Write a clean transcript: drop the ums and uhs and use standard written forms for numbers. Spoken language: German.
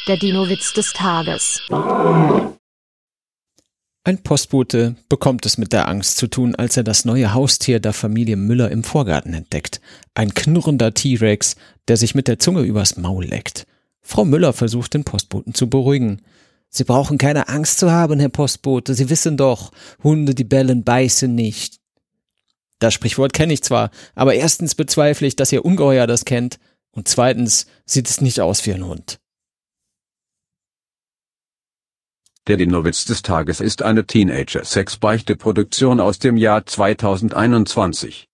Der Dino-Witz des Tages. Ein Postbote bekommt es mit der Angst zu tun, als er das neue Haustier der Familie Müller im Vorgarten entdeckt. Ein knurrender T-Rex, der sich mit der Zunge übers Maul leckt. Frau Müller versucht, den Postboten zu beruhigen. »Sie brauchen keine Angst zu haben, Herr Postbote. Sie wissen doch, Hunde, die bellen, beißen nicht.« Das Sprichwort kenne ich zwar, aber erstens bezweifle ich, dass Ihr Ungeheuer das kennt, und zweitens sieht es nicht aus wie ein Hund. Der Dino-Witz des Tages ist eine Teenager-Sex-Beichte-Produktion aus dem Jahr 2021.